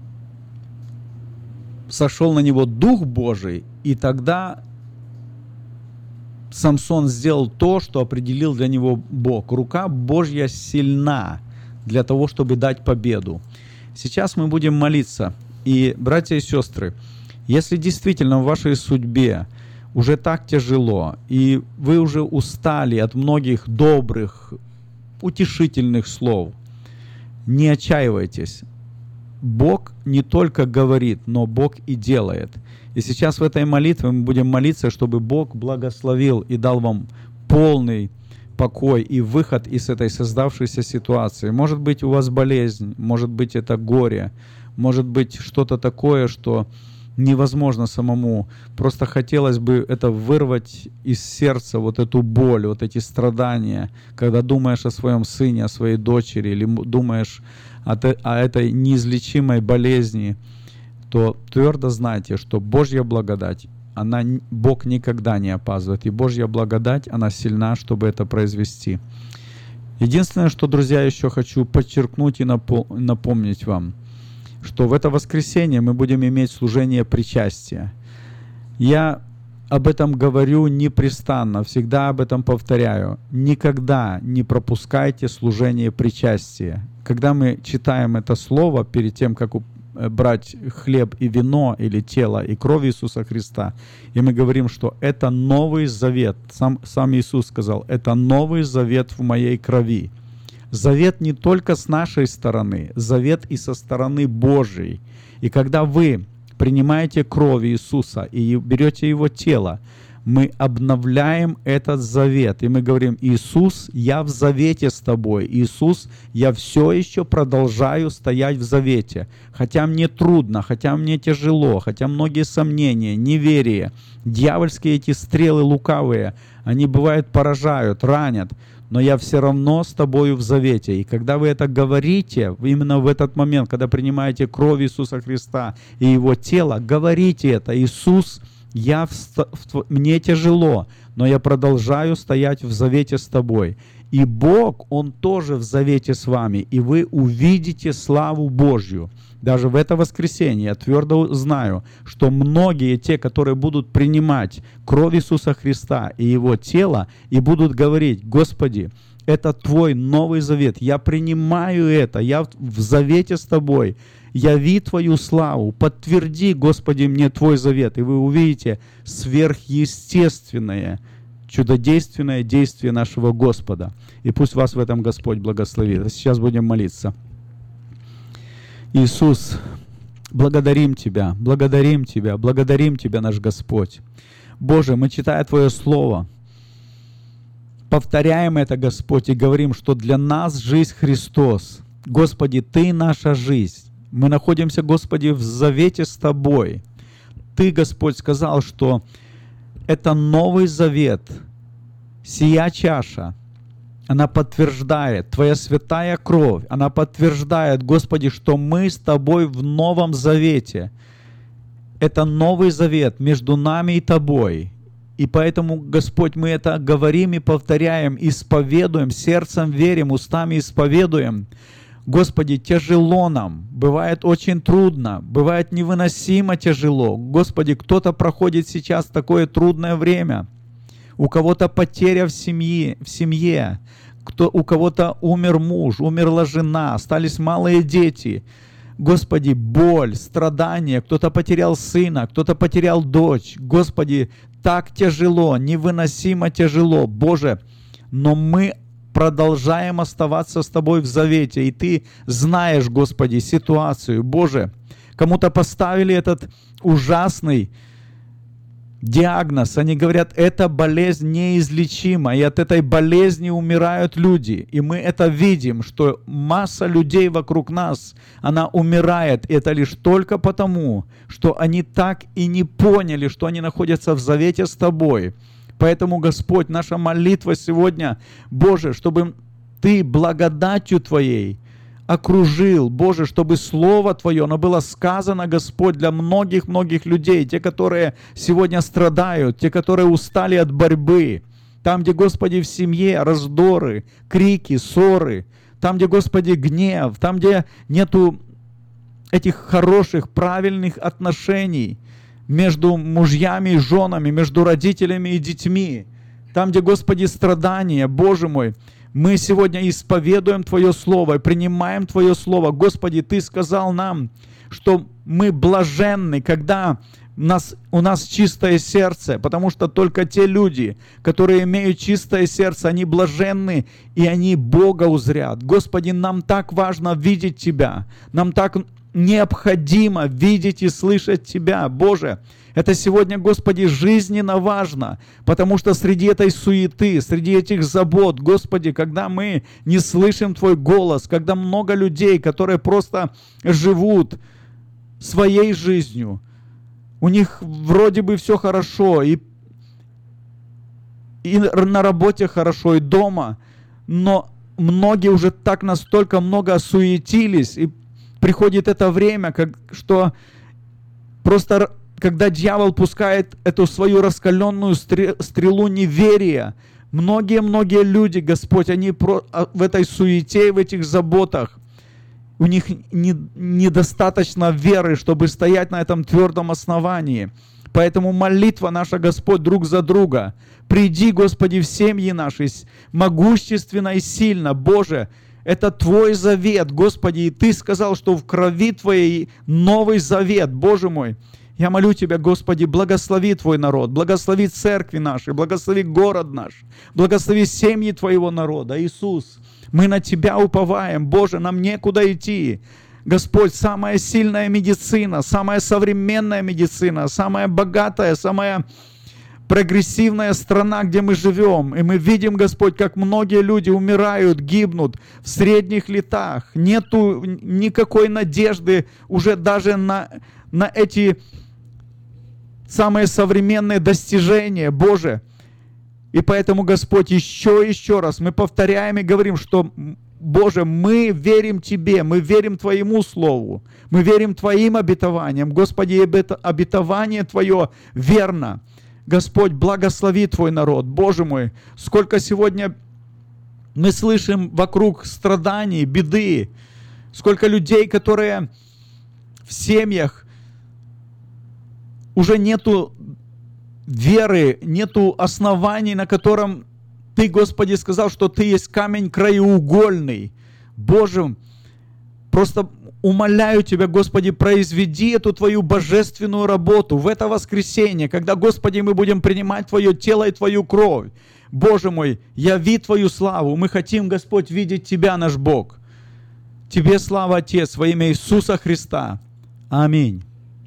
сошел на него Дух Божий, и тогда Самсон сделал то, что определил для него Бог. Рука Божья сильна для того, чтобы дать победу. Сейчас мы будем молиться. И, братья и сестры, если действительно в вашей судьбе уже так тяжело, и вы уже устали от многих добрых, утешительных слов, не отчаивайтесь. Бог не только говорит, но Бог и делает. И сейчас в этой молитве мы будем молиться, чтобы Бог благословил и дал вам полный покой и выход из этой создавшейся ситуации. Может быть, у вас болезнь, может быть, это горе, может быть, что-то такое, что невозможно самому. Просто хотелось бы это вырвать из сердца, вот эту боль, вот эти страдания, когда думаешь о своем сыне, о своей дочери, или думаешь о этой неизлечимой болезни, то твердо знайте, что Божья благодать, Бог никогда не опаздывает. И Божья благодать, она сильна, чтобы это произвести. Единственное, что, друзья, еще хочу подчеркнуть и напомнить вам, что в это воскресенье мы будем иметь служение причастия. Я об этом говорю непрестанно, всегда об этом повторяю. Никогда не пропускайте служение причастия. Когда мы читаем это слово перед тем, как брать хлеб и вино, или тело и кровь Иисуса Христа, и мы говорим, что это новый завет. Сам Иисус сказал, это новый завет в моей крови. Завет не только с нашей стороны, завет и со стороны Божией. И когда вы принимаете кровь Иисуса и берете Его тело, мы обновляем этот завет. И мы говорим, Иисус, я в завете с тобой. Иисус, я все еще продолжаю стоять в завете. Хотя мне трудно, хотя мне тяжело, хотя многие сомнения, неверие, дьявольские эти стрелы лукавые, они бывают поражают, ранят. Но я все равно с тобою в завете. И когда вы это говорите, именно в этот момент, когда принимаете кровь Иисуса Христа и Его тело, говорите это. Иисус, мне тяжело, но я продолжаю стоять в завете с тобой. И Бог, Он тоже в завете с вами, и вы увидите славу Божью. Даже в это воскресенье я твердо знаю, что многие те, которые будут принимать кровь Иисуса Христа и Его тело, и будут говорить, Господи, это Твой новый завет, я принимаю это, я в завете с Тобой, яви Твою славу, подтверди, Господи, мне Твой завет, и вы увидите сверхъестественное, чудодейственное действие нашего Господа. И пусть вас в этом Господь благословит. А сейчас будем молиться. Иисус, благодарим Тебя, благодарим Тебя, благодарим Тебя, наш Господь. Боже, мы, читая Твое Слово, повторяем это, Господь, и говорим, что для нас жизнь Христос. Господи, Ты наша жизнь. Мы находимся, Господи, в завете с Тобой. Ты, Господь, сказал, что это новый завет. Сия чаша, она подтверждает, Твоя святая кровь, она подтверждает, Господи, что мы с Тобой в новом завете. Это новый завет между нами и Тобой. И поэтому, Господь, мы это говорим и повторяем, исповедуем, сердцем верим, устами исповедуем. Господи, тяжело нам, бывает очень трудно, бывает невыносимо тяжело. Господи, кто-то проходит сейчас такое трудное время. У кого-то потеря в семье, у кого-то умер муж, умерла жена, остались малые дети. Господи, боль, страдания, кто-то потерял сына, кто-то потерял дочь. Господи, так тяжело, невыносимо тяжело, Боже, но мы продолжаем оставаться с Тобой в завете, и Ты знаешь, Господи, ситуацию. Боже, кому-то поставили этот ужасный диагноз, они говорят, эта болезнь неизлечима, и от этой болезни умирают люди. И мы это видим, что масса людей вокруг нас, она умирает, и это лишь только потому, что они так и не поняли, что они находятся в завете с Тобой. Поэтому, Господь, наша молитва сегодня, Боже, чтобы Ты благодатью Твоей окружил, Боже, чтобы Слово Твое, оно было сказано, Господь, для многих-многих людей, те, которые сегодня страдают, те, которые устали от борьбы, там, где, Господи, в семье раздоры, крики, ссоры, там, где, Господи, гнев, там, где нету этих хороших, правильных отношений между мужьями и женами, между родителями и детьми, там, где, Господи, страдания, Боже мой, мы сегодня исповедуем Твое Слово и принимаем Твое Слово. Господи, Ты сказал нам, что мы блаженны, когда у нас чистое сердце, потому что только те люди, которые имеют чистое сердце, они блаженны, и они Бога узрят. Господи, нам так важно видеть Тебя, нам так необходимо видеть и слышать Тебя, Боже. Это сегодня, Господи, жизненно важно, потому что среди этой суеты, среди этих забот, Господи, когда мы не слышим Твой голос, когда много людей, которые просто живут своей жизнью, у них вроде бы все хорошо, и на работе хорошо, и дома, но многие уже так настолько много осуетились, и приходит это время, что просто когда дьявол пускает эту свою раскаленную стрелу неверия, многие люди, Господь, они в этой суете, в этих заботах, у них недостаточно веры, чтобы стоять на этом твердом основании. Поэтому молитва наша, Господь, друг за друга. Приди, Господи, в семьи наши могущественно и сильно, Боже. Это Твой завет, Господи, и Ты сказал, что в крови Твоей новый завет, Боже мой. Я молю Тебя, Господи, благослови Твой народ, благослови церкви наши, благослови город наш, благослови семьи Твоего народа. Иисус, мы на Тебя уповаем, Боже, нам некуда идти. Господь, самая сильная медицина, самая современная медицина, самая богатая, самая прогрессивная страна, где мы живем. И мы видим, Господь, как многие люди умирают, гибнут в средних летах. Нету никакой надежды уже даже на эти самые современные достижения, Боже. И поэтому, Господь, еще раз мы повторяем и говорим, что, Боже, мы верим Тебе, мы верим Твоему Слову, мы верим Твоим обетованиям. Господи, обетование Твое верно. Господь, благослови Твой народ. Боже мой, сколько сегодня мы слышим вокруг страданий, беды, сколько людей, которые в семьях уже нету веры, нету оснований, на котором Ты, Господи, сказал, что Ты есть камень краеугольный. Боже, просто умоляю Тебя, Господи, произведи эту Твою божественную работу в это воскресенье, когда, Господи, мы будем принимать Твое тело и Твою кровь. Боже мой, яви Твою славу. Мы хотим, Господь, видеть Тебя, наш Бог. Тебе слава, Отец, во имя Иисуса Христа. Аминь.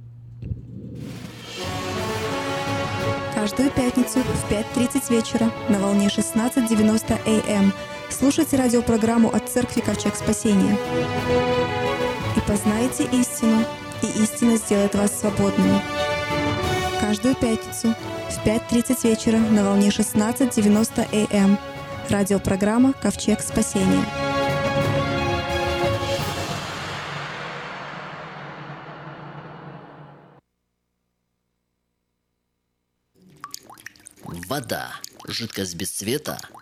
Каждую пятницу в 5:30 вечера на волне 16:90 АМ слушайте радиопрограмму от Церкви Ковчег Спасения. И познайте истину, и истина сделает вас свободными. Каждую пятницу в 5:30 вечера на волне 16:90 АМ радиопрограмма Ковчег Спасения. Вода – жидкость без цвета,